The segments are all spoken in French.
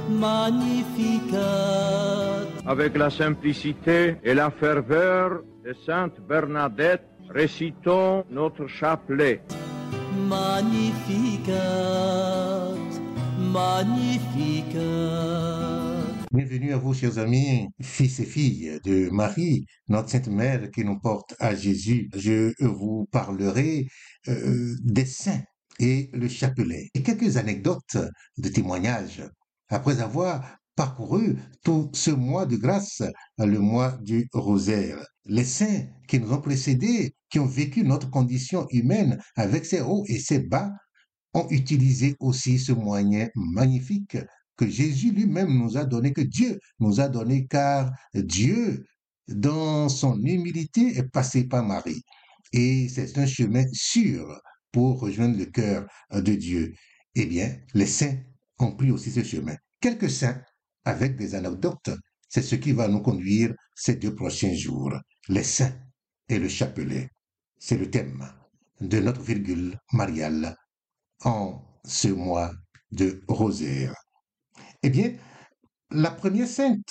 Magnificat. Avec la simplicité et la ferveur de Sainte Bernadette, récitons notre chapelet. Magnificat. Magnificat. Bienvenue à vous, chers amis, fils et filles de Marie, notre Sainte Mère qui nous porte à Jésus. Je vous parlerai des saints et le chapelet. Et quelques anecdotes de témoignages. Après avoir parcouru tout ce mois de grâce, le mois du rosaire, les saints qui nous ont précédés, qui ont vécu notre condition humaine avec ses hauts et ses bas, ont utilisé aussi ce moyen magnifique que Jésus lui-même nous a donné, que Dieu nous a donné, car Dieu, dans son humilité, est passé par Marie. Et c'est un chemin sûr pour rejoindre le cœur de Dieu. Eh bien, les saints ont pris aussi ce chemin. Quelques saints, avec des anecdotes, c'est ce qui va nous conduire ces 2 prochains jours. Les saints et le chapelet. C'est le thème de notre virgule mariale en ce mois de rosaire. Eh bien, la première sainte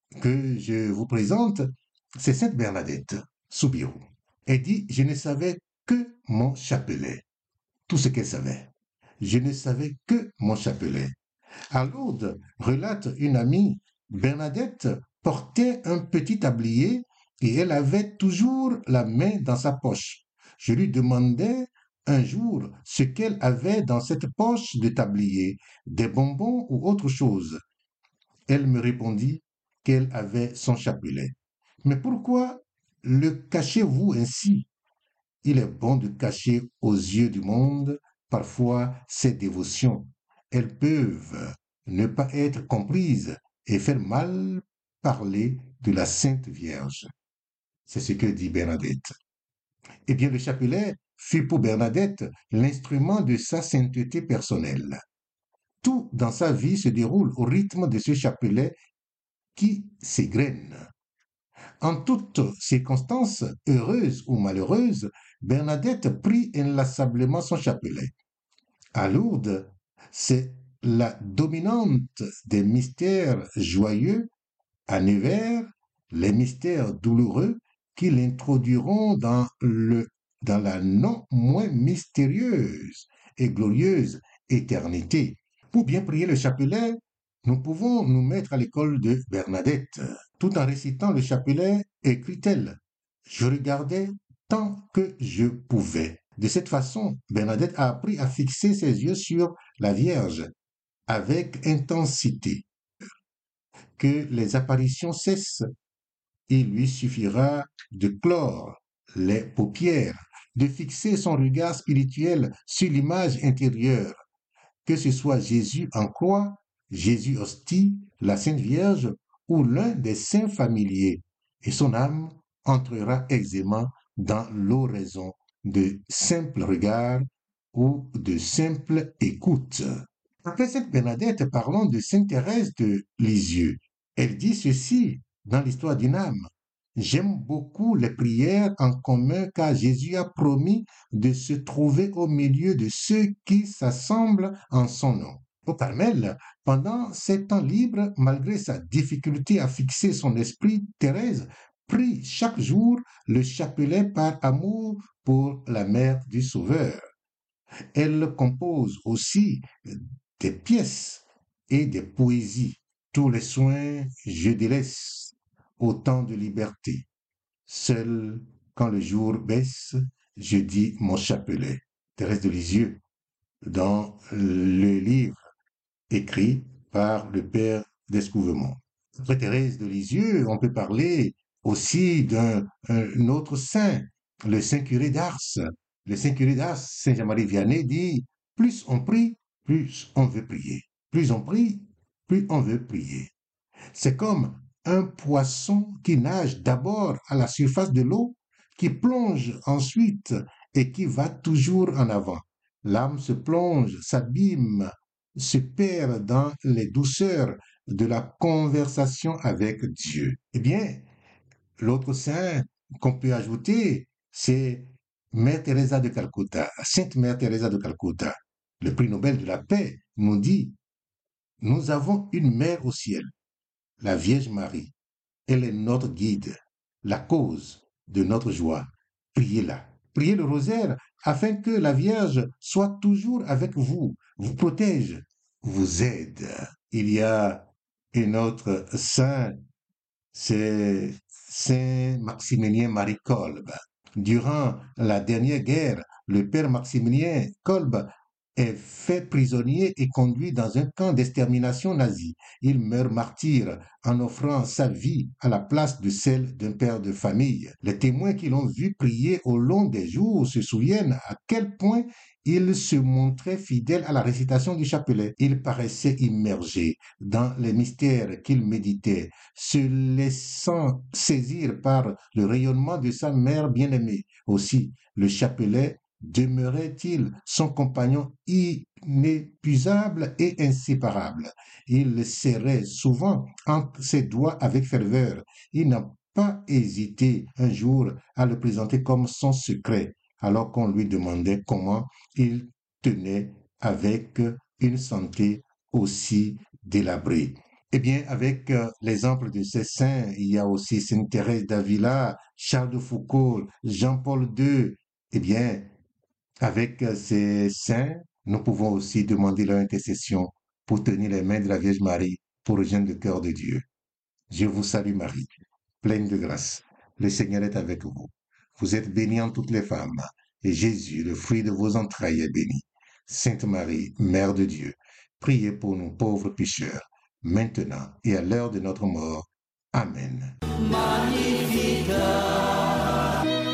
que je vous présente, c'est Sainte Bernadette Soubirous. Elle dit, je ne savais que mon chapelet. Tout ce qu'elle savait. Je ne savais que mon chapelet. À Lourdes, relate une amie, Bernadette portait un petit tablier et elle avait toujours la main dans sa poche. Je lui demandais un jour ce qu'elle avait dans cette poche de tablier, des bonbons ou autre chose. Elle me répondit qu'elle avait son chapelet. Mais pourquoi le cachez-vous ainsi? Il est bon de cacher aux yeux du monde parfois ses dévotions. Elles peuvent ne pas être comprises et faire mal parler de la Sainte Vierge. C'est ce que dit Bernadette. Eh bien, le chapelet fut pour Bernadette l'instrument de sa sainteté personnelle. Tout dans sa vie se déroule au rythme de ce chapelet qui s'égrène. En toutes circonstances, heureuses ou malheureuses, Bernadette prit inlassablement son chapelet. À Lourdes, c'est la dominante des mystères joyeux. À Nevers, les mystères douloureux qui l'introduiront dans la non moins mystérieuse et glorieuse éternité. Pour bien prier le chapelet, nous pouvons nous mettre à l'école de Bernadette. Tout en récitant le chapelet, écrit-elle, je regardais tant que je pouvais. De cette façon, Bernadette a appris à fixer ses yeux sur la Vierge avec intensité. Que les apparitions cessent, il lui suffira de clore les paupières, de fixer son regard spirituel sur l'image intérieure, que ce soit Jésus en croix, Jésus hostie, la Sainte Vierge ou l'un des saints familiers, et son âme entrera aisément dans l'oraison de simples regards ou de simple écoute. Après Sainte Bernadette, parlons de Sainte Thérèse de Lisieux. Elle dit ceci dans l'histoire d'une âme. J'aime beaucoup les prières en commun car Jésus a promis de se trouver au milieu de ceux qui s'assemblent en son nom. Au Carmel, pendant ses temps libres, malgré sa difficulté à fixer son esprit, Thérèse prie chaque jour le chapelet par amour pour la mère du Sauveur. Elle compose aussi des pièces et des poésies. Tous les soins, je délaisse au temps de liberté. Seul, quand le jour baisse, je dis mon chapelet. Thérèse de Lisieux, dans le livre écrit par le père d'Escouvemont. Après Thérèse de Lisieux, on peut parler aussi d'un autre saint, le saint curé d'Ars. Le saint curé d'Ars, Saint Jean-Marie Vianney, dit « Plus on prie, plus on veut prier. Plus on prie, plus on veut prier. » C'est comme un poisson qui nage d'abord à la surface de l'eau, qui plonge ensuite et qui va toujours en avant. L'âme se plonge, s'abîme, se perd dans les douceurs de la conversation avec Dieu. Eh bien, l'autre saint qu'on peut ajouter, c'est Mère Teresa de Calcutta, Sainte Mère Teresa de Calcutta. Le prix Nobel de la paix nous dit Nous avons une mère au ciel, la Vierge Marie. Elle est notre guide, la cause de notre joie. Priez-la. Priez le rosaire afin que la Vierge soit toujours avec vous, vous protège, vous aide. Il y a un autre saint, c'est Saint Maximilien Marie Kolbe. Durant la dernière guerre, le père Maximilien Kolbe est fait prisonnier et conduit dans un camp d'extermination nazi. Il meurt martyr en offrant sa vie à la place de celle d'un père de famille. Les témoins qui l'ont vu prier au long des jours se souviennent à quel point il se montrait fidèle à la récitation du chapelet. Il paraissait immergé dans les mystères qu'il méditait, se laissant saisir par le rayonnement de sa mère bien-aimée. Aussi, le chapelet demeurait-il son compagnon inépuisable et inséparable. Il le serrait souvent entre ses doigts avec ferveur. Il n'a pas hésité un jour à le présenter comme son secret, alors qu'on lui demandait comment il tenait avec une santé aussi délabrée. Eh bien, avec l'exemple de ces saints, il y a aussi Sainte Thérèse d'Avila, Charles de Foucault, Jean-Paul II. Eh bien, avec ces saints, nous pouvons aussi demander leur intercession pour tenir les mains de la Vierge Marie pour rejoindre le cœur de Dieu. Je vous salue Marie, pleine de grâce. Le Seigneur est avec vous. Vous êtes bénie en toutes les femmes, et Jésus, le fruit de vos entrailles, est béni. Sainte Marie, Mère de Dieu, priez pour nous pauvres pécheurs, maintenant et à l'heure de notre mort. Amen. Magnificat.